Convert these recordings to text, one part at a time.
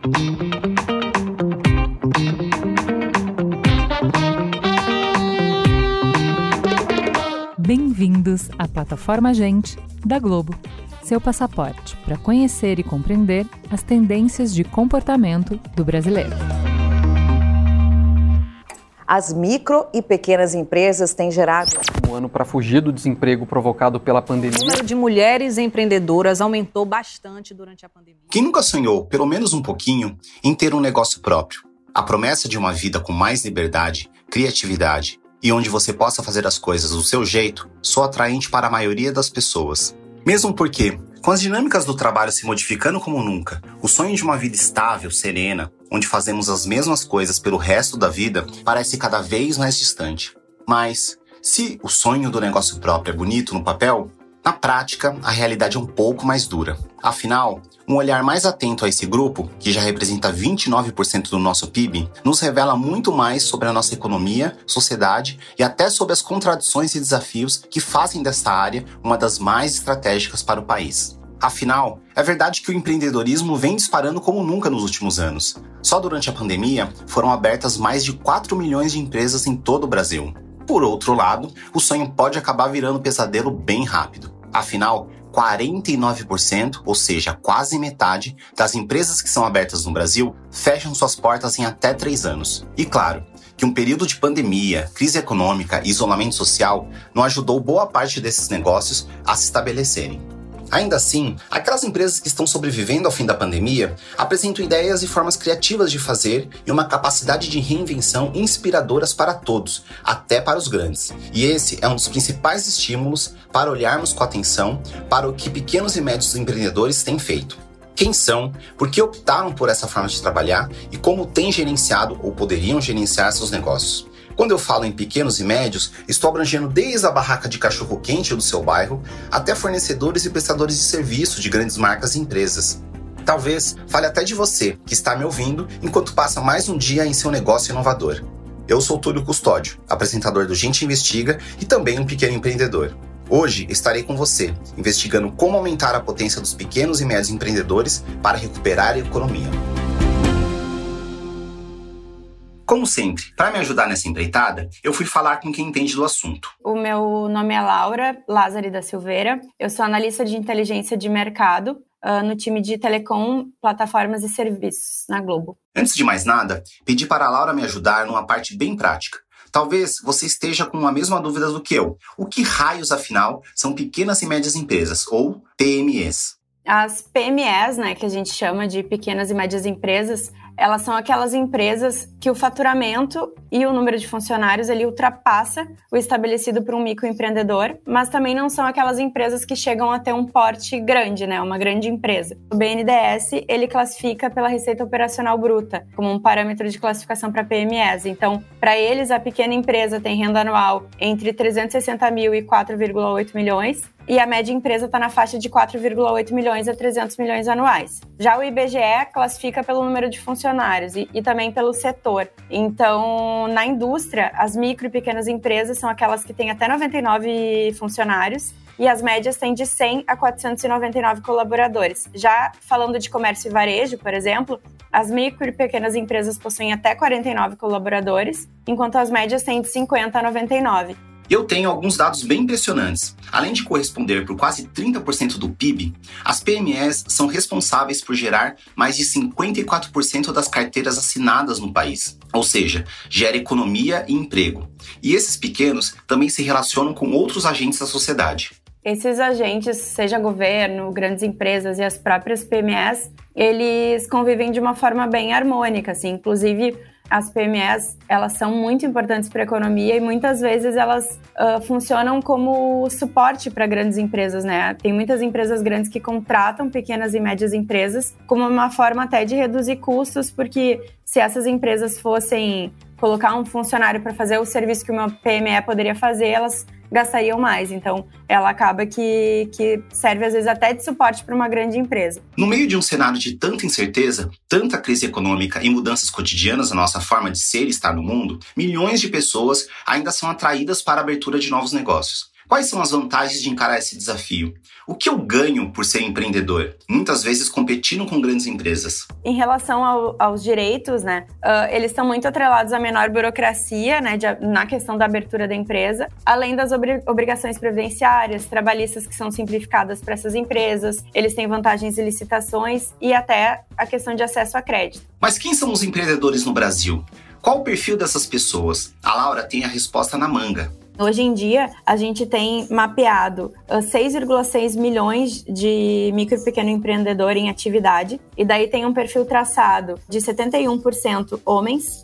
Bem-vindos à plataforma Gente, da Globo, seu passaporte para conhecer e compreender as tendências de comportamento do brasileiro. As micro e pequenas empresas têm gerado um ano para fugir do desemprego provocado pela pandemia. O número de mulheres empreendedoras aumentou bastante durante a pandemia. Quem nunca sonhou, pelo menos um pouquinho, em ter um negócio próprio? A promessa de uma vida com mais liberdade, criatividade e onde você possa fazer as coisas do seu jeito soa atraente para a maioria das pessoas. Mesmo porque, com as dinâmicas do trabalho se modificando como nunca, o sonho de uma vida estável, serena, onde fazemos as mesmas coisas pelo resto da vida, parece cada vez mais distante. Mas, se o sonho do negócio próprio é bonito no papel, na prática, a realidade é um pouco mais dura. Afinal, um olhar mais atento a esse grupo, que já representa 29% do nosso PIB, nos revela muito mais sobre a nossa economia, sociedade e até sobre as contradições e desafios que fazem dessa área uma das mais estratégicas para o país. Afinal, é verdade que o empreendedorismo vem disparando como nunca nos últimos anos. Só durante a pandemia, foram abertas mais de 4 milhões de empresas em todo o Brasil. Por outro lado, o sonho pode acabar virando pesadelo bem rápido. Afinal, 49%, ou seja, quase metade, das empresas que são abertas no Brasil fecham suas portas em até 3 anos. E claro, que um período de pandemia, crise econômica e isolamento social não ajudou boa parte desses negócios a se estabelecerem. Ainda assim, aquelas empresas que estão sobrevivendo ao fim da pandemia apresentam ideias e formas criativas de fazer e uma capacidade de reinvenção inspiradoras para todos, até para os grandes. E esse é um dos principais estímulos para olharmos com atenção para o que pequenos e médios empreendedores têm feito. Quem são, por que optaram por essa forma de trabalhar e como têm gerenciado ou poderiam gerenciar seus negócios. Quando eu falo em pequenos e médios, estou abrangendo desde a barraca de cachorro-quente do seu bairro até fornecedores e prestadores de serviço de grandes marcas e empresas. Talvez fale até de você, que está me ouvindo, enquanto passa mais um dia em seu negócio inovador. Eu sou Túlio Custódio, apresentador do Gente Investiga e também um pequeno empreendedor. Hoje estarei com você, investigando como aumentar a potência dos pequenos e médios empreendedores para recuperar a economia. Como sempre, para me ajudar nessa empreitada, eu fui falar com quem entende do assunto. O meu nome é Laura Lázari da Silveira, eu sou analista de inteligência de mercado no time de telecom, plataformas e serviços na Globo. Antes de mais nada, pedi para a Laura me ajudar numa parte bem prática. Talvez você esteja com a mesma dúvida do que eu. O que raios, afinal, são pequenas e médias empresas, ou PMEs? As PMEs, que a gente chama de pequenas e médias empresas, elas são aquelas empresas que o faturamento e o número de funcionários ele ultrapassa o estabelecido por um microempreendedor, mas também não são aquelas empresas que chegam a ter um porte grande, uma grande empresa. O BNDES, ele classifica pela Receita Operacional Bruta, como um parâmetro de classificação para PMEs. Então, para eles, a pequena empresa tem renda anual entre 360 mil e 4,8 milhões, e a média empresa está na faixa de 4,8 milhões a 300 milhões anuais. Já o IBGE classifica pelo número de funcionários e também pelo setor. Então, na indústria, as micro e pequenas empresas são aquelas que têm até 99 funcionários e as médias têm de 100 a 499 colaboradores. Já falando de comércio e varejo, por exemplo, as micro e pequenas empresas possuem até 49 colaboradores, enquanto as médias têm de 50 a 99. Eu tenho alguns dados bem impressionantes. Além de corresponder por quase 30% do PIB, as PMEs são responsáveis por gerar mais de 54% das carteiras assinadas no país. Ou seja, gera economia e emprego. E esses pequenos também se relacionam com outros agentes da sociedade. Esses agentes, seja governo, grandes empresas e as próprias PMEs, eles convivem de uma forma bem harmônica, inclusive as PMEs, elas são muito importantes para a economia e muitas vezes elas funcionam como suporte para grandes empresas, Tem muitas empresas grandes que contratam pequenas e médias empresas como uma forma até de reduzir custos, porque se essas empresas fossem colocar um funcionário para fazer o serviço que uma PME poderia fazer, elas gastariam mais. Então, ela acaba que serve, às vezes, até de suporte para uma grande empresa. No meio de um cenário de tanta incerteza, tanta crise econômica e mudanças cotidianas na nossa forma de ser e estar no mundo, milhões de pessoas ainda são atraídas para a abertura de novos negócios. Quais são as vantagens de encarar esse desafio? O que eu ganho por ser empreendedor? Muitas vezes competindo com grandes empresas. Em relação aos direitos, né, eles estão muito atrelados à menor burocracia, né, na questão da abertura da empresa, além das obrigações previdenciárias, trabalhistas que são simplificadas para essas empresas, eles têm vantagens em licitações e até a questão de acesso a crédito. Mas quem são os empreendedores no Brasil? Qual o perfil dessas pessoas? A Laura tem a resposta na manga. Hoje em dia, a gente tem mapeado 6,6 milhões de micro e pequeno empreendedor em atividade, e daí tem um perfil traçado de 71% homens,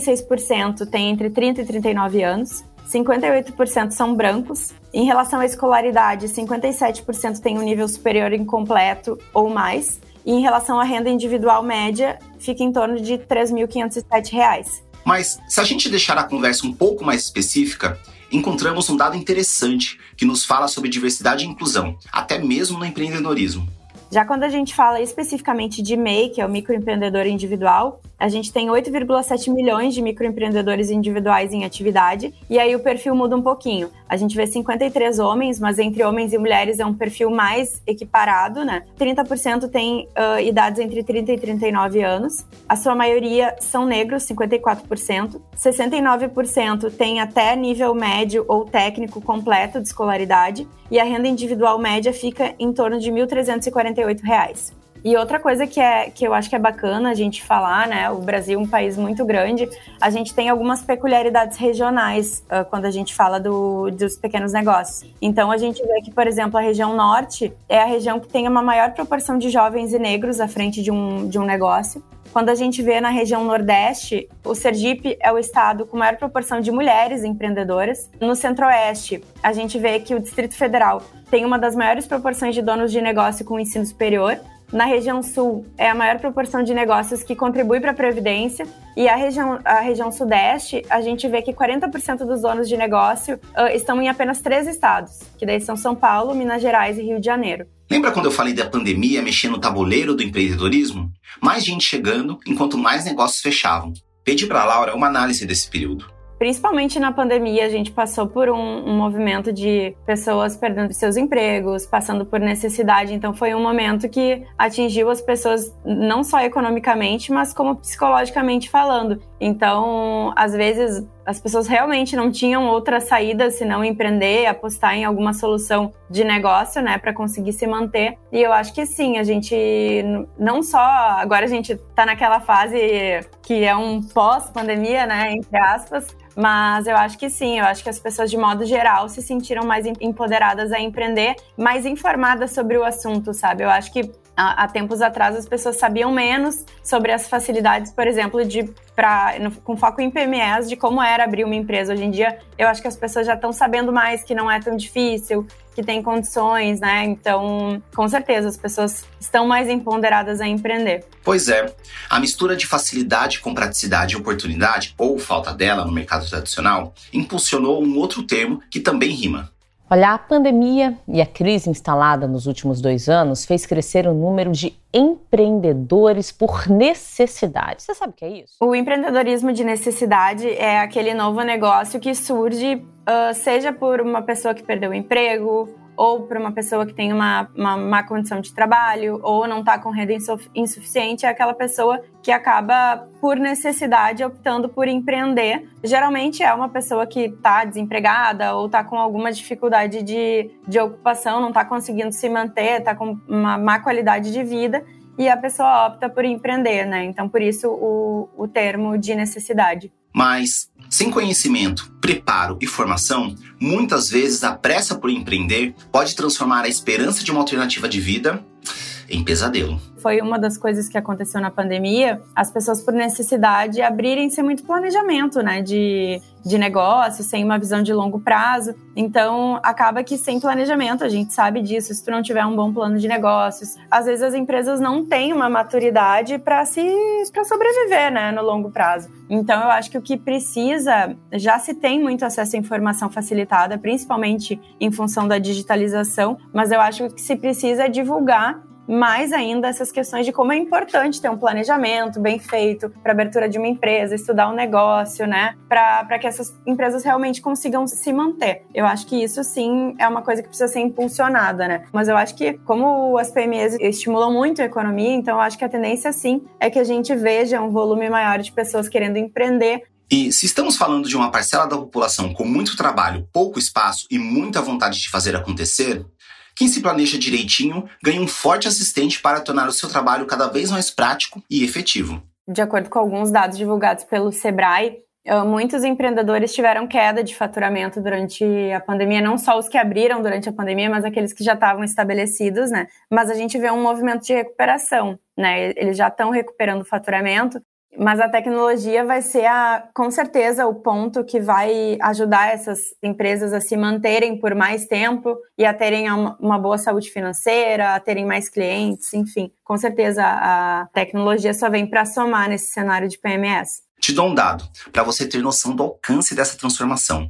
36% tem entre 30 e 39 anos, 58% são brancos. Em relação à escolaridade, 57% tem um nível superior incompleto ou mais, e em relação à renda individual média, fica em torno de R$ 3.507. Mas, se a gente deixar a conversa um pouco mais específica, encontramos um dado interessante que nos fala sobre diversidade e inclusão, até mesmo no empreendedorismo. Já quando a gente fala especificamente de MEI, que é o microempreendedor individual, a gente tem 8,7 milhões de microempreendedores individuais em atividade, e aí o perfil muda um pouquinho. A gente vê 53 homens, mas entre homens e mulheres é um perfil mais equiparado, né? 30% tem idades entre 30 e 39 anos, a sua maioria são negros, 54%, 69% tem até nível médio ou técnico completo de escolaridade, e a renda individual média fica em torno de R$ 1.348. E outra coisa que eu acho que é bacana a gente falar, né? O Brasil é um país muito grande, a gente tem algumas peculiaridades regionais quando a gente fala dos pequenos negócios. Então, a gente vê que, por exemplo, a região norte é a região que tem uma maior proporção de jovens e negros à frente de um negócio. Quando a gente vê na região nordeste, o Sergipe é o estado com maior proporção de mulheres empreendedoras. No centro-oeste, a gente vê que o Distrito Federal tem uma das maiores proporções de donos de negócio com ensino superior. Na região sul, é a maior proporção de negócios que contribui para a Previdência. E a região sudeste, a gente vê que 40% dos donos de negócio estão em apenas 3 estados, que daí são São Paulo, Minas Gerais e Rio de Janeiro. Lembra quando eu falei da pandemia mexendo no tabuleiro do empreendedorismo? Mais gente chegando, enquanto mais negócios fechavam. Pedi para a Laura uma análise desse período. Principalmente na pandemia, a gente passou por um movimento de pessoas perdendo seus empregos, passando por necessidade. Então, foi um momento que atingiu as pessoas não só economicamente, mas como psicologicamente falando. Então, às vezes, as pessoas realmente não tinham outra saída senão empreender, apostar em alguma solução de negócio, né, para conseguir se manter. E eu acho que sim, a gente não só... Agora a gente tá naquela fase que é um pós-pandemia, né, entre aspas, mas eu acho que sim, eu acho que as pessoas, de modo geral, se sentiram mais empoderadas a empreender, mais informadas sobre o assunto, sabe? Eu acho que há tempos atrás as pessoas sabiam menos sobre as facilidades, por exemplo, com foco em PMEs, de como era abrir uma empresa. Hoje em dia, eu acho que as pessoas já estão sabendo mais que não é tão difícil, que tem condições, né? Então, com certeza, as pessoas estão mais empoderadas a empreender. Pois é, a mistura de facilidade com praticidade e oportunidade, ou falta dela no mercado tradicional, impulsionou um outro termo que também rima. Olha, a pandemia e a crise instalada nos últimos 2 anos fez crescer o número de empreendedores por necessidade. Você sabe o que é isso? O empreendedorismo de necessidade é aquele novo negócio que surge, seja por uma pessoa que perdeu o emprego, ou por uma pessoa que tem uma má condição de trabalho, ou não está com renda insuficiente, é aquela pessoa que acaba, por necessidade, optando por empreender. Geralmente é uma pessoa que está desempregada ou está com alguma dificuldade de ocupação, não está conseguindo se manter, está com uma má qualidade de vida, e a pessoa opta por empreender, né? Então, por isso, o termo de necessidade. Mas, sem conhecimento, preparo e formação, muitas vezes a pressa por empreender pode transformar a esperança de uma alternativa de vida em pesadelo. Foi uma das coisas que aconteceu na pandemia, as pessoas, por necessidade, abrirem sem muito planejamento, né, de negócio, sem uma visão de longo prazo. Então, acaba que sem planejamento, a gente sabe disso, se tu não tiver um bom plano de negócios, às vezes as empresas não têm uma maturidade para sobreviver, né, no longo prazo. Então, eu acho que o que precisa, já se tem muito acesso à informação facilitada, principalmente em função da digitalização, mas eu acho que se precisa é divulgar mais ainda essas questões de como é importante ter um planejamento bem feito para a abertura de uma empresa, estudar um negócio, né? Para que essas empresas realmente consigam se manter. Eu acho que isso sim é uma coisa que precisa ser impulsionada, né? Mas eu acho que como as PMEs estimulam muito a economia, então eu acho que a tendência sim é que a gente veja um volume maior de pessoas querendo empreender. E se estamos falando de uma parcela da população com muito trabalho, pouco espaço e muita vontade de fazer acontecer, quem se planeja direitinho ganha um forte assistente para tornar o seu trabalho cada vez mais prático e efetivo. De acordo com alguns dados divulgados pelo Sebrae, muitos empreendedores tiveram queda de faturamento durante a pandemia, não só os que abriram durante a pandemia, mas aqueles que já estavam estabelecidos, né? Mas a gente vê um movimento de recuperação, né? Eles já estão recuperando o faturamento, mas a tecnologia vai ser, com certeza, o ponto que vai ajudar essas empresas a se manterem por mais tempo e a terem uma boa saúde financeira, a terem mais clientes, enfim. Com certeza, a tecnologia só vem para somar nesse cenário de PMS. Te dou um dado, para você ter noção do alcance dessa transformação.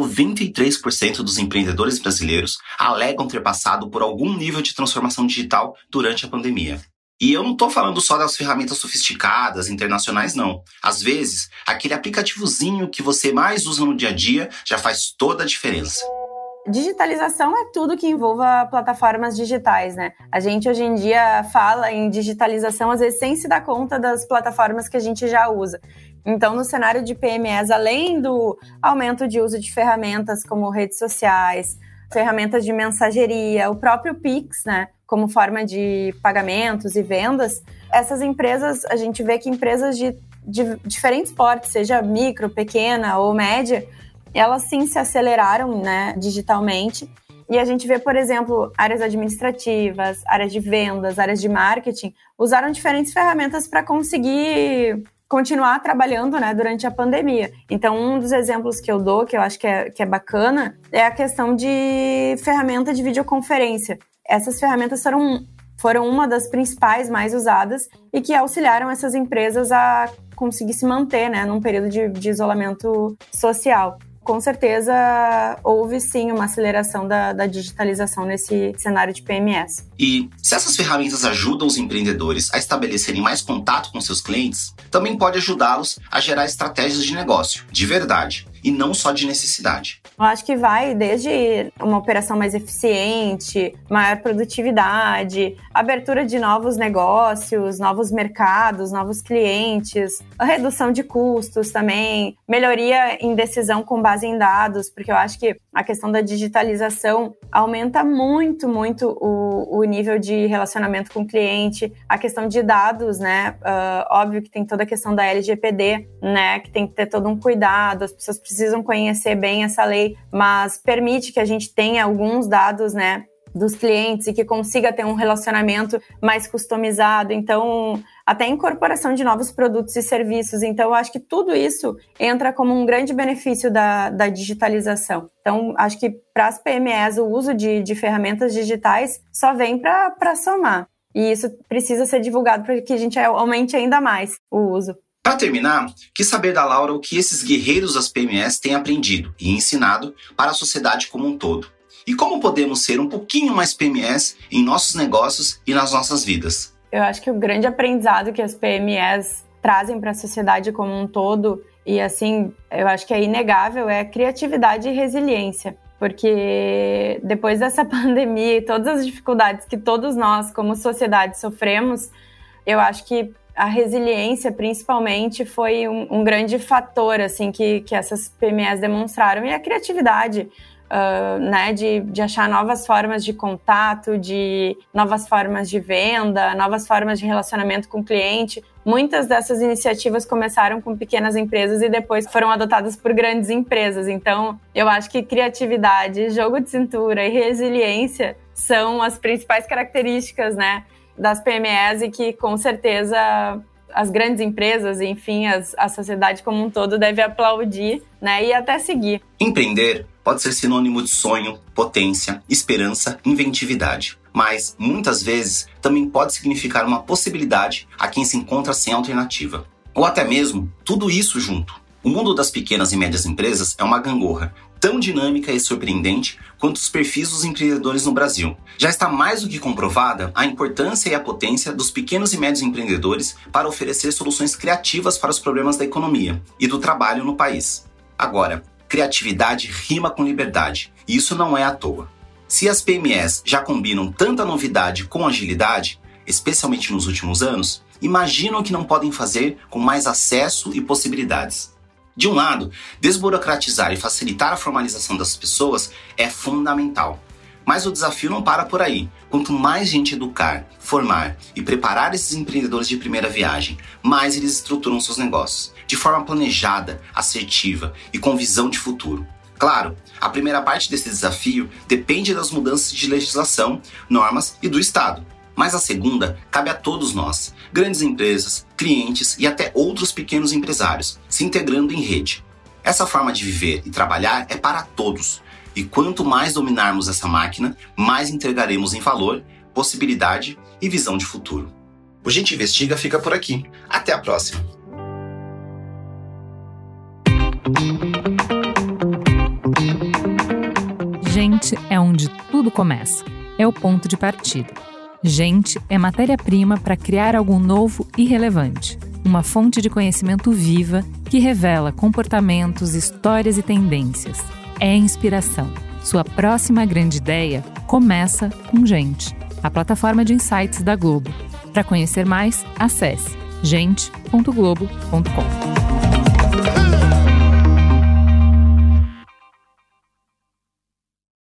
93% dos empreendedores brasileiros alegam ter passado por algum nível de transformação digital durante a pandemia. E eu não estou falando só das ferramentas sofisticadas, internacionais, não. Às vezes, aquele aplicativozinho que você mais usa no dia a dia já faz toda a diferença. Digitalização é tudo que envolva plataformas digitais, né? A gente hoje em dia fala em digitalização, às vezes sem se dar conta das plataformas que a gente já usa. Então, no cenário de PMEs, além do aumento de uso de ferramentas como redes sociais, ferramentas de mensageria, o próprio Pix, né, como forma de pagamentos e vendas, essas empresas, a gente vê que empresas de diferentes portes, seja micro, pequena ou média, elas sim se aceleraram, né, digitalmente. E a gente vê, por exemplo, áreas administrativas, áreas de vendas, áreas de marketing, usaram diferentes ferramentas para conseguir continuar trabalhando, né, durante a pandemia. Então, um dos exemplos que eu dou, que eu acho que é bacana, é a questão de ferramenta de videoconferência. Essas ferramentas foram uma das principais mais usadas e que auxiliaram essas empresas a conseguir se manter, né, num período de isolamento social. Com certeza, houve sim uma aceleração da digitalização nesse cenário de PMS. E se essas ferramentas ajudam os empreendedores a estabelecerem mais contato com seus clientes, também pode ajudá-los a gerar estratégias de negócio, de verdade, e não só de necessidade. Eu acho que vai desde uma operação mais eficiente, maior produtividade, abertura de novos negócios, novos mercados, novos clientes, a redução de custos também, melhoria em decisão com base em dados, porque eu acho que a questão da digitalização aumenta muito, muito o nível de relacionamento com o cliente, a questão de dados, né? Óbvio que tem toda a questão da LGPD, né? Que tem que ter todo um cuidado, as pessoas precisam conhecer bem essa lei, mas permite que a gente tenha alguns dados, né, dos clientes e que consiga ter um relacionamento mais customizado. Então, até a incorporação de novos produtos e serviços. Então, eu acho que tudo isso entra como um grande benefício da digitalização. Então, acho que para as PMEs, o uso de ferramentas digitais só vem para somar. E isso precisa ser divulgado para que a gente aumente ainda mais o uso. Para terminar, quis saber da Laura o que esses guerreiros das PMEs têm aprendido e ensinado para a sociedade como um todo. E como podemos ser um pouquinho mais PMEs em nossos negócios e nas nossas vidas. Eu acho que o grande aprendizado que as PMEs trazem para a sociedade como um todo, e assim, eu acho que é inegável, é criatividade e resiliência. Porque depois dessa pandemia e todas as dificuldades que todos nós, como sociedade, sofremos, eu acho que a resiliência, principalmente, foi um grande fator assim, que essas PMEs demonstraram. E a criatividade, né, de achar novas formas de contato, de novas formas de venda, novas formas de relacionamento com o cliente. Muitas dessas iniciativas começaram com pequenas empresas e depois foram adotadas por grandes empresas. Então, eu acho que criatividade, jogo de cintura e resiliência são as principais características, né, das PMEs e que, com certeza, as grandes empresas, enfim, a sociedade como um todo deve aplaudir, né, e até seguir. Empreender pode ser sinônimo de sonho, potência, esperança, inventividade. Mas, muitas vezes, também pode significar uma possibilidade a quem se encontra sem alternativa. Ou até mesmo, tudo isso junto. O mundo das pequenas e médias empresas é uma gangorra, tão dinâmica e surpreendente quanto os perfis dos empreendedores no Brasil. Já está mais do que comprovada a importância e a potência dos pequenos e médios empreendedores para oferecer soluções criativas para os problemas da economia e do trabalho no país. Agora, criatividade rima com liberdade, e isso não é à toa. Se as PMEs já combinam tanta novidade com agilidade, especialmente nos últimos anos, imagina o que não podem fazer com mais acesso e possibilidades. De um lado, desburocratizar e facilitar a formalização das pessoas é fundamental. Mas o desafio não para por aí. Quanto mais gente educar, formar e preparar esses empreendedores de primeira viagem, mais eles estruturam seus negócios, de forma planejada, assertiva e com visão de futuro. Claro, a primeira parte desse desafio depende das mudanças de legislação, normas e do Estado. Mas a segunda cabe a todos nós, grandes empresas, clientes e até outros pequenos empresários, se integrando em rede. Essa forma de viver e trabalhar é para todos. E quanto mais dominarmos essa máquina, mais entregaremos em valor, possibilidade e visão de futuro. O Gente Investiga fica por aqui. Até a próxima! Gente é onde tudo começa. É o ponto de partida. Gente é matéria-prima para criar algo novo e relevante. Uma fonte de conhecimento viva que revela comportamentos, histórias e tendências. É inspiração. Sua próxima grande ideia começa com Gente, a plataforma de insights da Globo. Para conhecer mais, acesse gente.globo.com.